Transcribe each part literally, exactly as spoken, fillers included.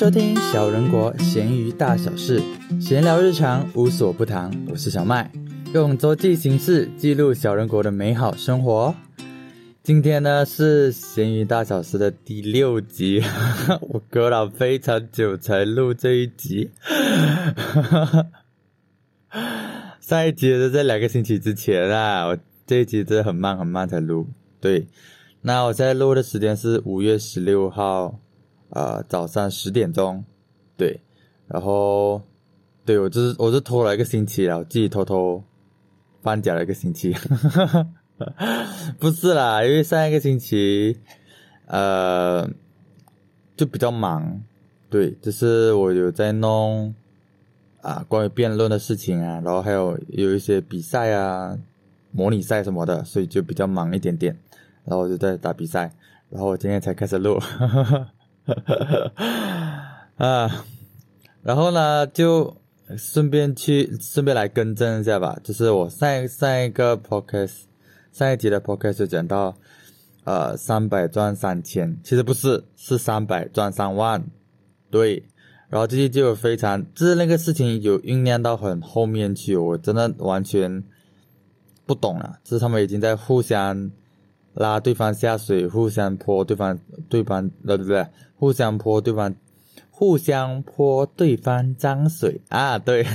收听小人国闲鱼大小事，闲聊日常无所不谈。我是小麦，用周记形式记录小人国的美好生活。今天呢是闲鱼大小事的第六集，我隔了非常久才录这一集。上一集是在两个星期之前啊，我这一集真的很慢很慢才录。对，那我现在录的时间是五月十六号呃早上十点钟。对，然后对我就是我是拖了一个星期了，我自己偷偷放假了一个星期。不是啦，因为上一个星期呃就比较忙。对，就是我有在弄啊关于辩论的事情啊，然后还有有一些比赛啊模拟赛什么的，所以就比较忙一点点，然后我就在打比赛，然后我今天才开始录。啊，然后呢就顺便去顺便来更正一下吧，就是我上上一个 podcast 上一集的 podcast 就讲到呃三百赚三千，其实不是，是三百赚三万。对，然后这期就有非常就是那个事情有酝酿到很后面去，我真的完全不懂了，就是他们已经在互相拉对方下水，互相泼对方对方对不对互相泼对方互相泼对方脏水啊，对。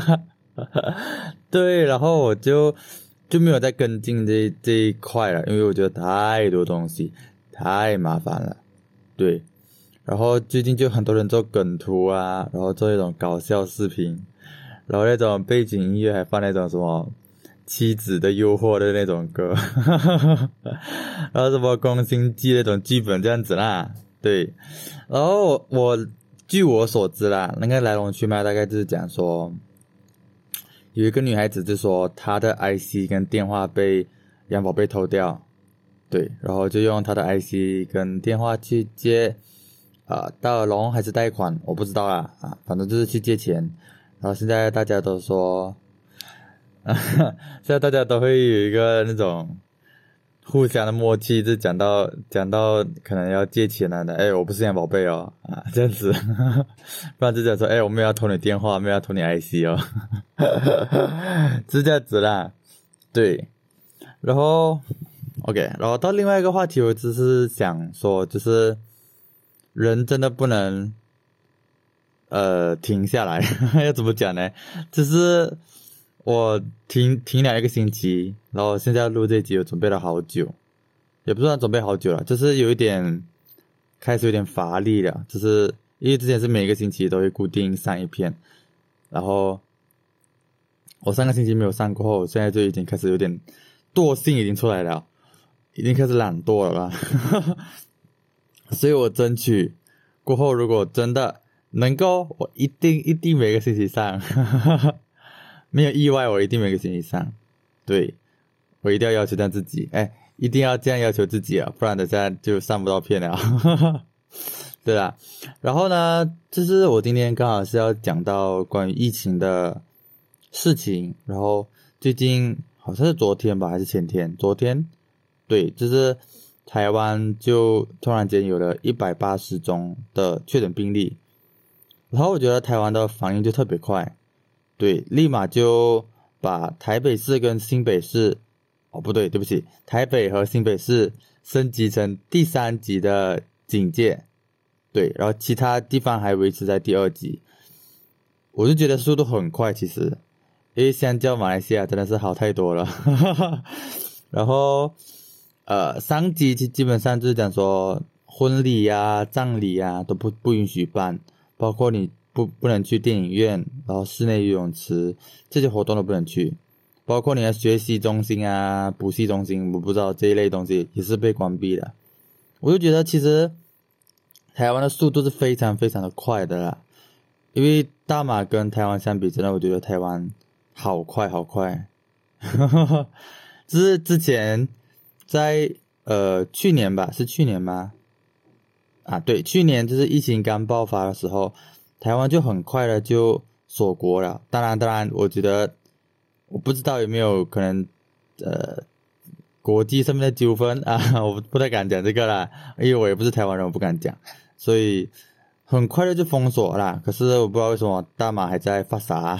对，然后我就就没有再跟进这这一块了，因为我觉得太多东西太麻烦了。对，然后最近就很多人做梗图啊，然后做那种搞笑视频，然后那种背景音乐还放那种什么妻子的诱惑的那种歌。然后什么宫心计那种剧本这样子啦。对，然后我据我所知啦，那个来龙去脉大概就是讲说有一个女孩子就说她的 I C 跟电话被杨宝贝偷掉。对，然后就用她的 I C 跟电话去借啊，大耳窿还是贷款我不知道啦啊，反正就是去借钱。然后现在大家都说现在大家都会有一个那种互相的默契，就讲到讲到可能要借钱了的，哎，我不是杨宝贝哦啊，这样子。不然就讲说，哎，我们要偷你电话，没有要偷你 I C 哦。是这样子啦。对，然后 OK， 然后到另外一个话题，我只是想说，就是人真的不能呃停下来。要怎么讲呢，就是我停停了一个星期，然后现在要录这集我准备了好久，也不算准备好久了，就是有一点开始有点乏力了，就是因为之前是每个星期都会固定上一篇，然后我上个星期没有上过后，现在就已经开始有点惰性已经出来了，已经开始懒惰了吧。所以我争取过后如果真的能够，我一定一定每个星期上。没有意外我一定每个星期上。对，我一定要要求这样自己，哎，一定要这样要求自己啊，不然等下就上不到片了。对啦，然后呢就是我今天刚好是要讲到关于疫情的事情，然后最近好像是昨天吧还是前天，昨天对，就是台湾就突然间有了一百八十宗的确诊病例，然后我觉得台湾的反应就特别快。对，立马就把台北市跟新北市哦不对对不起台北和新北市升级成第三级的警戒。对，然后其他地方还维持在第二级。我就觉得速度很快，其实因为相较马来西亚真的是好太多了。然后呃三级基本上就是讲说婚礼啊葬礼啊都不不允许办，包括你不不能去电影院，然后室内游泳池这些活动都不能去，包括你的学习中心啊补习中心，我不知道这一类东西也是被关闭的。我就觉得其实台湾的速度是非常非常的快的啦，因为大马跟台湾相比，真的我觉得台湾好快好快。就是之前在呃去年吧，是去年吗？啊对，去年就是疫情刚爆发的时候，台湾就很快的就锁国了。当然当然我觉得我不知道有没有可能呃国际上面的纠纷啊，我不太敢讲这个啦，因为我也不是台湾人，我不敢讲。所以很快的就封锁啦。可是我不知道为什么大马还在发傻，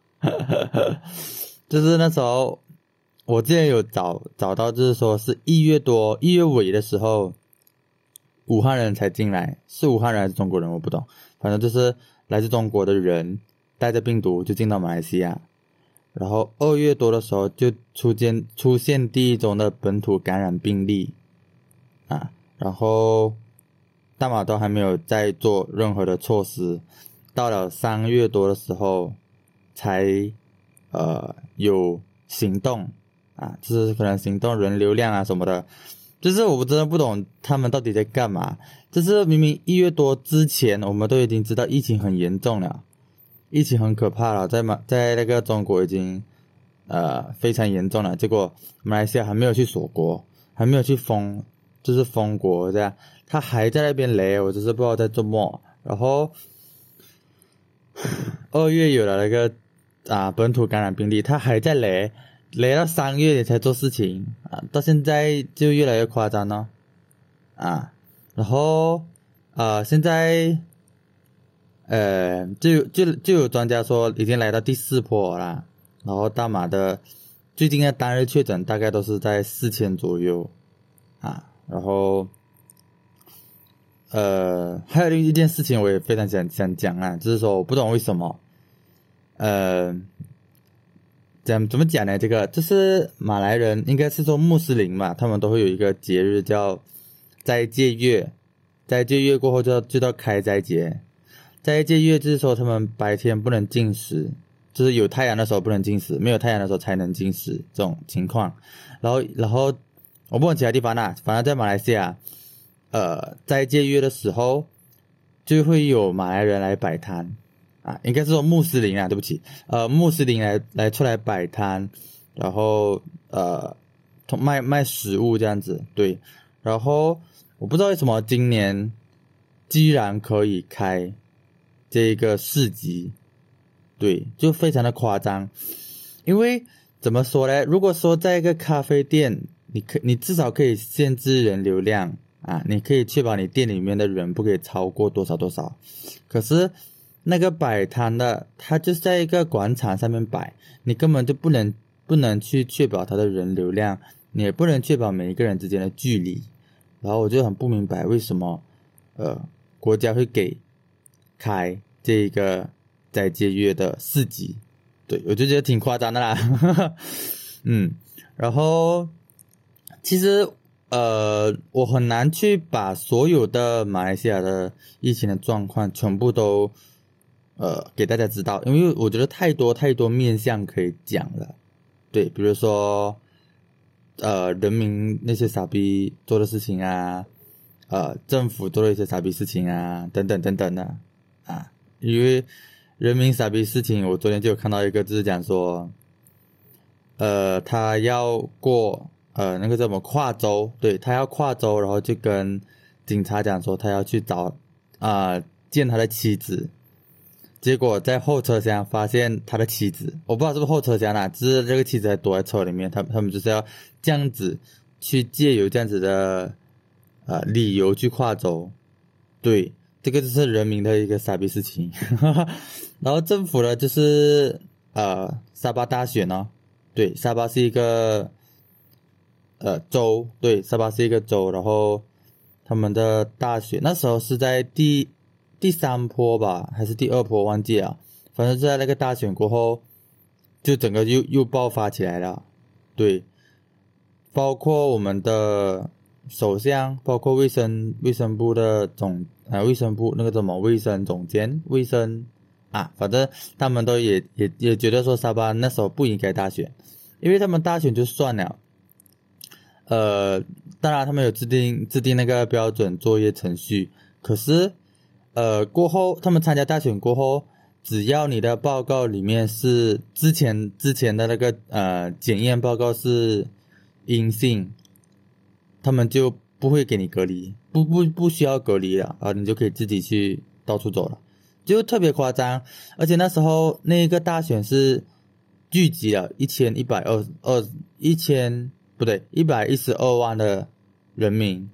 就是那时候我之前有找找到，就是说是一月多一月尾的时候，武汉人才进来，是武汉人还是中国人我不懂，反正就是来自中国的人带着病毒就进到马来西亚，然后二月多的时候就出现出现第一宗的本土感染病例啊，然后大马都还没有再做任何的措施，到了三月多的时候才呃有行动啊，就是可能行动人流量啊什么的，就是我真的不懂他们到底在干嘛。就是明明一月多之前我们都已经知道疫情很严重了，疫情很可怕了，在马在那个中国已经呃非常严重了，结果马来西亚还没有去锁国，还没有去封，就是封国这样，他还在那边雷，我就是不知道在做么。然后二月有了那个啊本土感染病例，他还在雷，雷到三月你才做事情啊，到现在就越来越夸张了啊。然后呃现在呃就就就有专家说已经来到第四波啦，然后大马的最近的单日确诊大概都是在四千左右啊。然后呃还有一件事情我也非常想想讲啊，就是说我不懂为什么呃怎怎么讲呢，这个就是马来人应该是说穆斯林嘛，他们都会有一个节日叫斋戒月，斋戒月过后就要就到开斋节。斋戒月就是说他们白天不能进食，就是有太阳的时候不能进食，没有太阳的时候才能进食这种情况。然后然后我不懂其他地方啦，反正在马来西亚呃斋戒月的时候就会有马来人来摆摊啊，应该是说穆斯林啊，对不起，呃穆斯林来来出来摆摊，然后呃卖卖食物这样子，对。然后我不知道为什么今年居然可以开这个市集，对，就非常的夸张。因为怎么说呢，如果说在一个咖啡店，你可你至少可以限制人流量啊，你可以确保你店里面的人不可以超过多少多少。可是那个摆摊的他就是在一个广场上面摆，你根本就不能不能去确保他的人流量，你也不能确保每一个人之间的距离。然后我就很不明白为什么呃国家会给开这个斋戒月的市集，对，我就觉得挺夸张的啦嗯，然后其实呃我很难去把所有的马来西亚的疫情的状况全部都呃给大家知道，因为我觉得太多太多面向可以讲了。对，比如说呃人民那些傻逼做的事情啊，呃政府做的一些傻逼事情啊，等等等等的啊。因为人民傻逼事情，我昨天就有看到一个，就是讲说呃他要过呃那个叫什么跨州，对，他要跨州，然后就跟警察讲说他要去找啊、呃、见他的妻子，结果在后车厢发现他的妻子，我不知道是不是后车厢啦，只是这个妻子还躲在车里面，他他们就是要这样子去借由这样子的呃理由去跨州，对，这个就是人民的一个傻逼事情然后政府呢就是呃沙巴大选哦，对，沙巴是一个呃州，对，沙巴是一个州，然后他们的大选那时候是在第第三波吧，还是第二波忘记了，反正是在那个大选过后就整个又又爆发起来了，对，包括我们的首相，包括卫生卫生部的总呃卫生部那个什么卫生总监卫生啊，反正他们都也也也觉得说沙巴那时候不应该大选，因为他们大选就算了，呃当然他们有制定制定那个标准作业程序，可是呃过后他们参加大选过后，只要你的报告里面是之前之前的那个呃检验报告是阴性，他们就不会给你隔离，不不不需要隔离了啊，你就可以自己去到处走了，就特别夸张。而且那时候那个大选是聚集了一千一百二二一千不对一百一十二万的人民，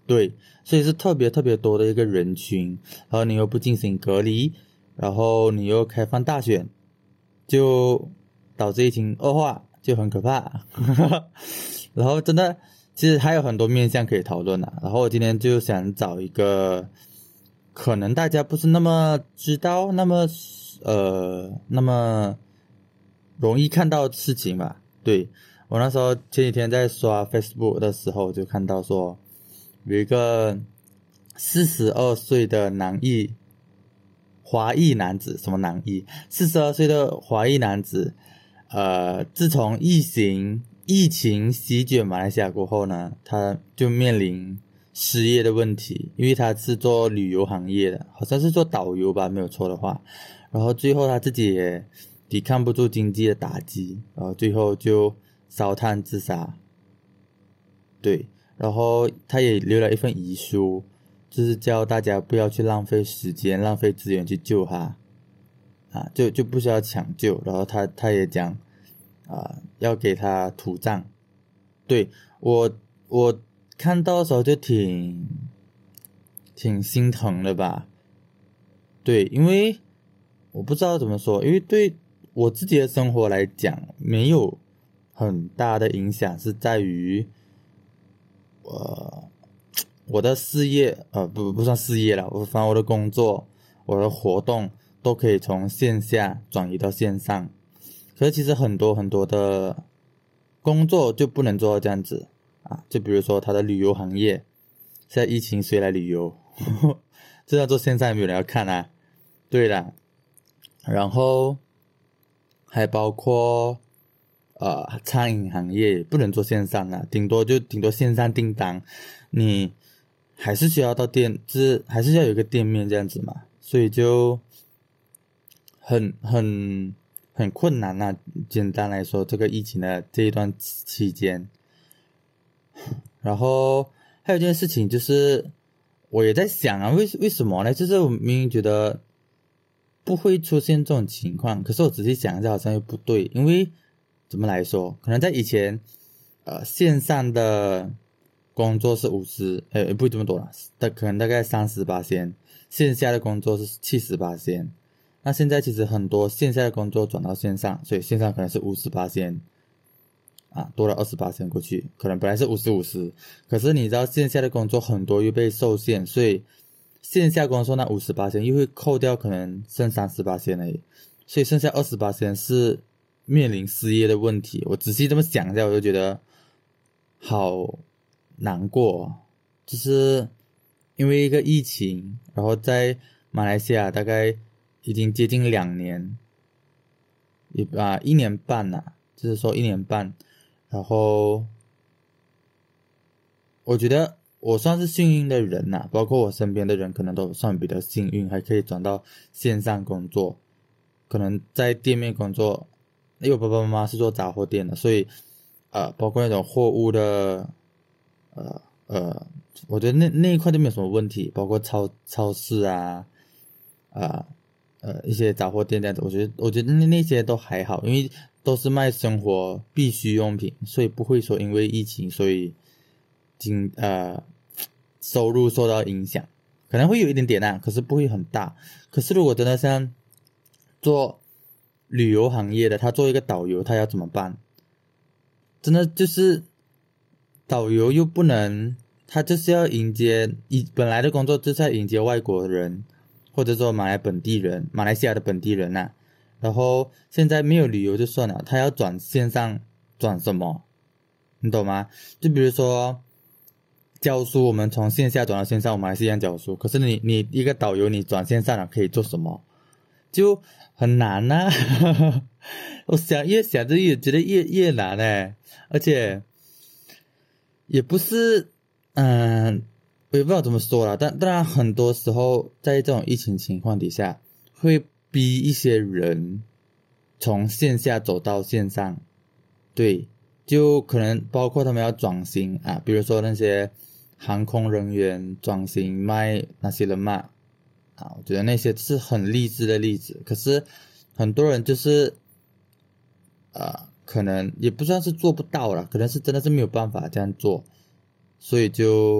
对，所以是特别特别多的一个人群，然后你又不进行隔离，然后你又开放大选，就导致疫情恶化，就很可怕。然后真的其实还有很多面向可以讨论啊，然后我今天就想找一个可能大家不是那么知道那么呃那么容易看到的事情吧。对，我那时候前几天在刷 Facebook 的时候就看到说有一个四十二岁的男裔华裔男子，什么男裔四十二岁的华裔男子呃，自从疫情疫情席卷马来西亚过后呢，他就面临失业的问题，因为他是做旅游行业的，好像是做导游吧，没有错的话。然后最后他自己也抵抗不住经济的打击，然后最后就烧炭自杀。对，然后他也留了一份遗书，就是叫大家不要去浪费时间、浪费资源去救他，啊，就就不需要抢救。然后他他也讲，啊，要给他土葬。对，我我看到的时候就挺挺心疼的吧。对，因为我不知道怎么说，因为对我自己的生活来讲，没有很大的影响，是在于呃我的事业呃不不算事业了，我反正我的工作、我的活动都可以从线下转移到线上。可是其实很多很多的工作就不能做到这样子啊，就比如说他的旅游行业，现在疫情谁来旅游？这要做线上也没有人要看啊。对啦，然后还包括呃餐饮行业不能做线上啦，顶多就顶多线上订单，你还是需要到店，就是还是要有一个店面这样子嘛，所以就很很很困难啊。简单来说，这个疫情的这一段期间，然后还有一件事情就是，我也在想啊，为为什么呢？就是我明明觉得不会出现这种情况，可是我仔细想一下，好像又不对。因为怎么来说，可能在以前，呃，线上的工作是五十，呃，不会这么多了，但可能大概三十八仙，线下的工作是七十八仙。那现在其实很多线下的工作转到线上，所以线上可能是五十八仙。啊，多了二十八仙过去，可能本来是五十五十，可是你知道线下的工作很多又被受限，所以线下工作那五十八仙又会扣掉，可能剩三十八仙而已，所以剩下二十八仙是面临失业的问题。我仔细这么想一下，我就觉得好难过，就是因为一个疫情，然后在马来西亚大概已经接近两年，也啊一年半啦、啊，就是说一年半。然后我觉得我算是幸运的人呐、啊，包括我身边的人可能都算比较幸运，还可以转到线上工作。可能在店面工作，因为我爸爸妈妈是做杂货店的，所以呃，包括那种货物的呃呃，我觉得那那一块都没有什么问题，包括超超市啊啊 呃, 呃一些杂货店这样子，我觉得我觉得那那些都还好，因为都是卖生活必需用品，所以不会说因为疫情所以经呃收入受到影响，可能会有一点点啊，可是不会很大。可是如果真的像做旅游行业的，他做一个导游，他要怎么办？真的就是导游又不能，他就是要迎接，以本来的工作就是要迎接外国人，或者说马来本地人，马来西亚的本地人啊。然后现在没有旅游就算了，他要转线上，转什么？你懂吗？就比如说教书，我们从线下转到线上，我们还是一样教书。可是你你一个导游，你转线上了可以做什么？就很难呐、啊。我想越想着越觉得越越难哎，而且也不是，嗯，我也不知道怎么说了。但当然很多时候在这种疫情情况底下，会逼一些人从线下走到线上。对，就可能包括他们要转型啊，比如说那些航空人员转型卖那些人嘛，啊，我觉得那些是很励志的例子。可是很多人就是呃，可能也不算是做不到了，可能是真的是没有办法这样做，所以就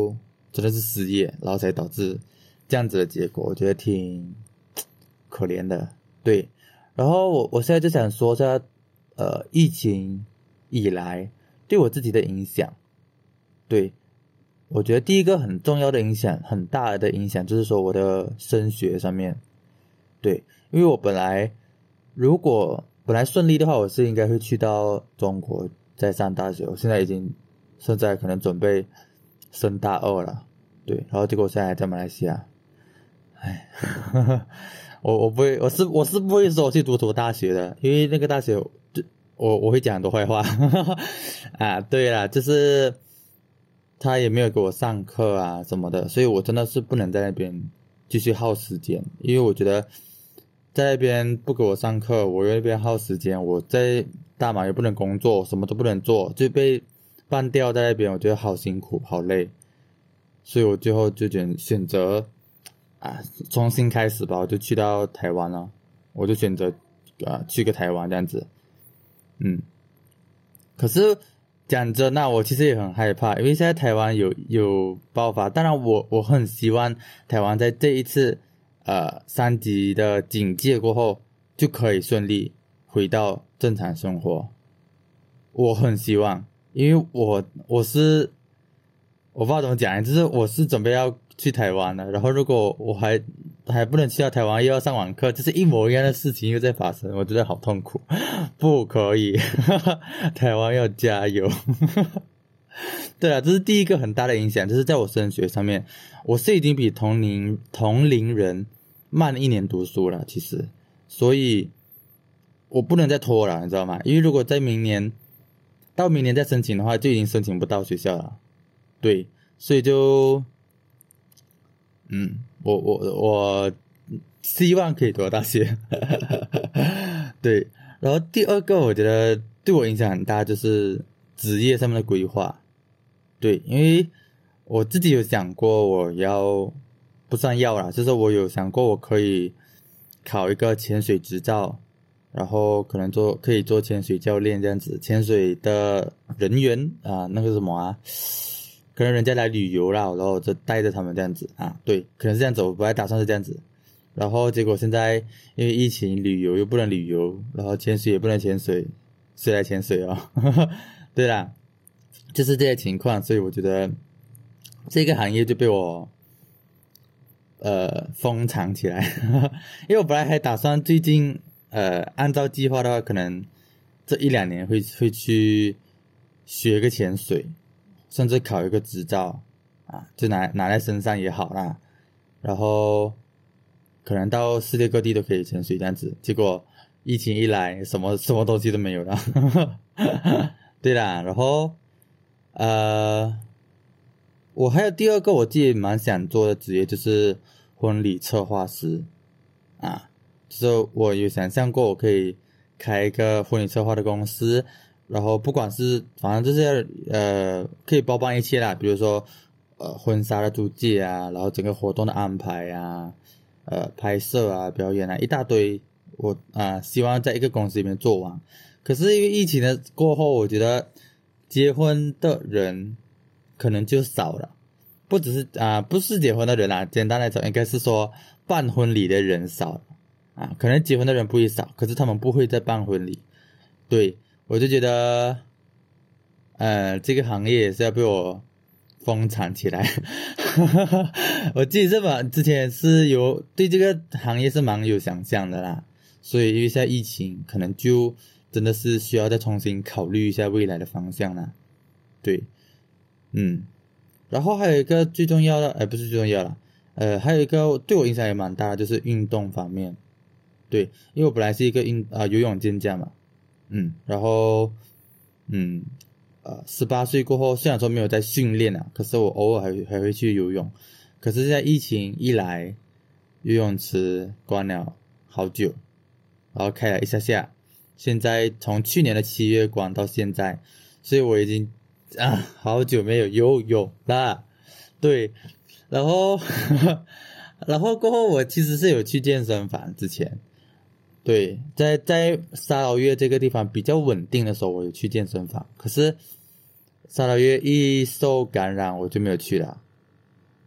真的是失业，然后才导致这样子的结果，我觉得挺可怜的。对，然后我我现在就想说一下，呃，疫情以来对我自己的影响。对，我觉得第一个很重要的影响，很大的影响就是说我的升学上面。对，因为我本来如果本来顺利的话，我是应该会去到中国再上大学，我现在已经现在可能准备升大二了。对，然后结果现在还在马来西亚。唉我我不会，我是我是不会说我去读什么大学的，因为那个大学就我我会讲很多坏话啊。对啦，就是他也没有给我上课啊什么的，所以我真的是不能在那边继续耗时间，因为我觉得在那边不给我上课，我在那边耗时间，我在大马也不能工作，什么都不能做，就被半吊在那边，我觉得好辛苦好累，所以我最后就选选择啊重新开始吧，我就去到台湾了，我就选择啊去个台湾这样子。嗯，可是讲真，那我其实也很害怕，因为现在台湾有有爆发，当然我我很希望台湾在这一次呃三级的警戒过后就可以顺利回到正常生活，我很希望，因为我我是我不知道怎么讲，就是我是准备要去台湾的，然后如果我还还不能去到台湾，又要上网课，就是一模一样的事情又在发生，我觉得好痛苦，不可以台湾要加油对啊，这是第一个很大的影响，就是在我升学上面，我是已经比同龄同龄人慢一年读书了，其实，所以我不能再拖了，你知道吗？因为如果在明年到明年再申请的话，就已经申请不到学校了。对，所以就嗯，我我我希望可以读到大学对，然后第二个我觉得对我影响很大，就是职业上面的规划。对，因为我自己有想过我要不算要啦，就是我有想过我可以考一个潜水执照，然后可能做可以做潜水教练这样子，潜水的人员啊、呃，那个什么啊，可能人家来旅游啦，然后我就带着他们这样子啊，对，可能是这样子，我本来打算是这样子，然后结果现在因为疫情，旅游又不能旅游，然后潜水也不能潜水，谁来潜水哦？对啦，就是这些情况，所以我觉得这个行业就被我呃封藏起来因为我本来还打算最近呃按照计划的话，可能这一两年会会去学个潜水，甚至考一个执照啊，就拿拿在身上也好啦，然后可能到世界各地都可以潜水这样子。结果疫情一来，什么什么东西都没有了对啦，然后呃我还有第二个我自己蛮想做的职业，就是婚礼策划师啊，就是我有想象过我可以开一个婚礼策划的公司，然后不管是反正就是要呃可以包办一切啦，比如说呃婚纱的租借啊，然后整个活动的安排啊，呃拍摄啊表演啊一大堆，我啊、呃、希望在一个公司里面做完。可是因为疫情的过后，我觉得结婚的人可能就少了，不只是啊、呃、不是结婚的人啦，简单来说应该是说办婚礼的人少了啊，可能结婚的人不会少，可是他们不会再办婚礼。对，我就觉得呃这个行业也是要被我封藏起来我自己这么之前是有对这个行业是蛮有想象的啦，所以因为现在疫情可能就真的是需要再重新考虑一下未来的方向啦。对，嗯，然后还有一个最重要的，哎，不是最重要了，呃，还有一个对我影响也蛮大的，就是运动方面。对，因为我本来是一个运啊、呃、游泳健将嘛，嗯，然后嗯呃十八岁过后，虽然说没有在训练啊，可是我偶尔还还会去游泳。可是现在疫情一来，游泳池关了好久，然后开了一下下，现在从去年的七月关到现在，所以我已经啊好久没有游泳啦。对，然后然后过后我其实是有去健身房之前。对，在在沙劳越这个地方比较稳定的时候，我有去健身房。可是沙劳越一受感染，我就没有去了。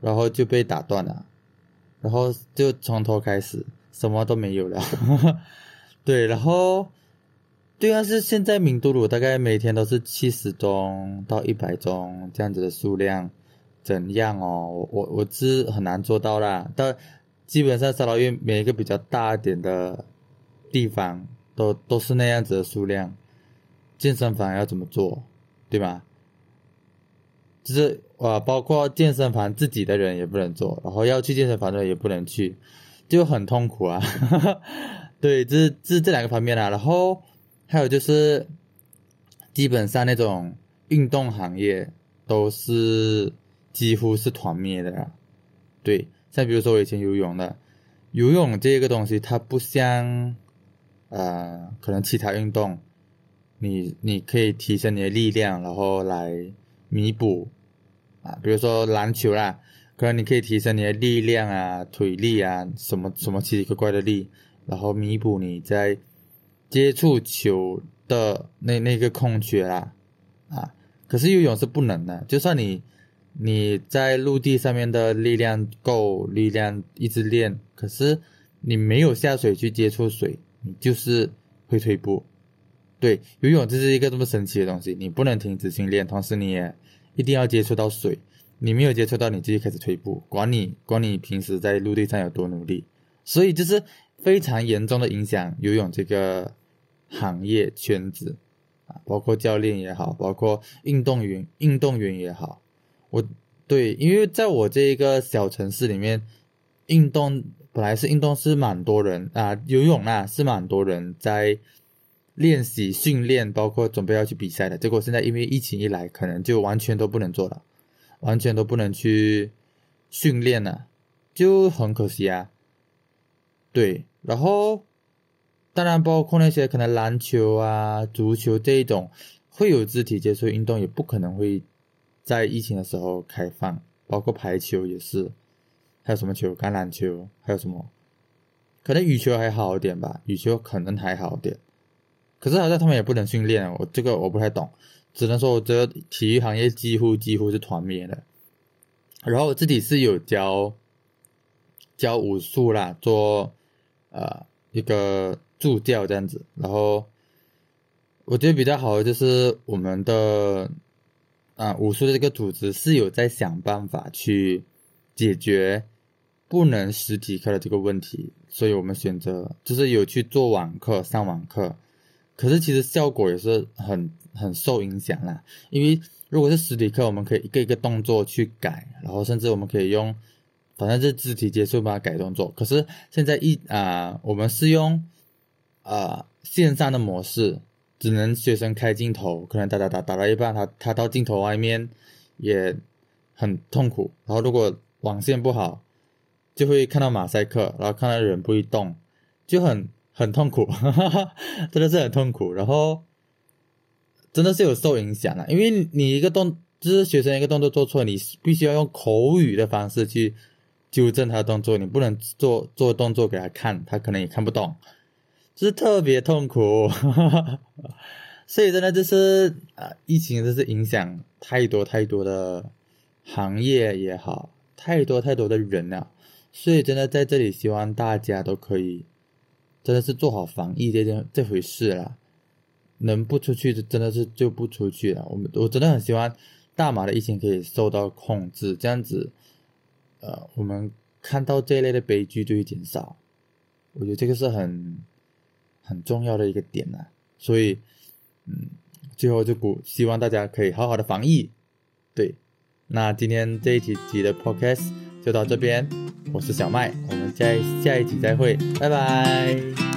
然后就被打断了，然后就从头开始，什么都没有了。对，然后对啊，是现在明都鲁大概每天都是七十宗到一百宗这样子的数量，怎样哦？我我是很难做到啦，但基本上沙劳越每一个比较大一点的地方都都是那样子的数量，健身房要怎么做，对吧？就是呃，包括健身房自己的人也不能做，然后要去健身房的人也不能去，就很痛苦啊。对，这是这这两个方面啦，然后还有就是基本上那种运动行业都是几乎是团灭的啦。对，像比如说我以前游泳的，游泳这个东西它不像呃可能其他运动，你你可以提升你的力量，然后来弥补啊，比如说篮球啦，可能你可以提升你的力量啊、腿力啊，什么什么奇奇怪怪的力，然后弥补你在接触球的那那个空缺啦啊。可是游泳是不能的，就算你你在陆地上面的力量够，力量一直练，可是你没有下水去接触水，你就是会退步。对，游泳这是一个这么神奇的东西，你不能停止训练，同时你也一定要接触到水，你没有接触到，你自己开始退步，管你管你平时在陆地上有多努力，所以就是非常严重的影响游泳这个行业圈子啊，包括教练也好，包括运动员运动员也好，我对，因为在我这一个小城市里面，运动本来是运动是蛮多人啊，游泳啊是蛮多人在练习训练，包括准备要去比赛的，结果现在因为疫情一来，可能就完全都不能做了，完全都不能去训练了，就很可惜啊。对，然后当然包括那些可能篮球啊、足球这一种会有肢体接触运动，也不可能会在疫情的时候开放，包括排球也是，还有什么球，橄榄球，还有什么，可能羽球还好一点吧，羽球可能还好一点。可是好像他们也不能训练，我这个我不太懂，只能说我这个体育行业几乎几乎是团灭的。然后我自己是有教教武术啦，做呃一个助教这样子。然后我觉得比较好的就是我们的啊、呃、武术的这个组织是有在想办法去解决不能实体课的这个问题，所以我们选择就是有去做网课上网课。可是其实效果也是很很受影响啦，因为如果是实体课，我们可以一个一个动作去改，然后甚至我们可以用，反正是肢体接触把它改动作。可是现在一啊、呃，我们是用啊、呃、线上的模式，只能学生开镜头，可能打打打打到一半，他他到镜头外面也很痛苦。然后如果网线不好，就会看到马赛克，然后看到人不会动，就很。很痛苦，真的是很痛苦，然后真的是有受影响啦，因为你一个动，就是学生一个动作做错，你必须要用口语的方式去纠正他的动作，你不能做做动作给他看，他可能也看不懂，就是特别痛苦。所以真的就是啊，疫情真是影响太多太多的行业也好，太多太多的人了，所以真的在这里希望大家都可以。真的是做好防疫这件这回事啦，能不出去真的是就不出去了。我们我真的很希望大马的疫情可以受到控制，这样子，呃，我们看到这一类的悲剧就会减少。我觉得这个是很很重要的一个点啦，所以，嗯，最后就鼓希望大家可以好好的防疫。对，那今天这一集的 podcast 就到这边。我是小麦，我们在下一集再会，拜拜。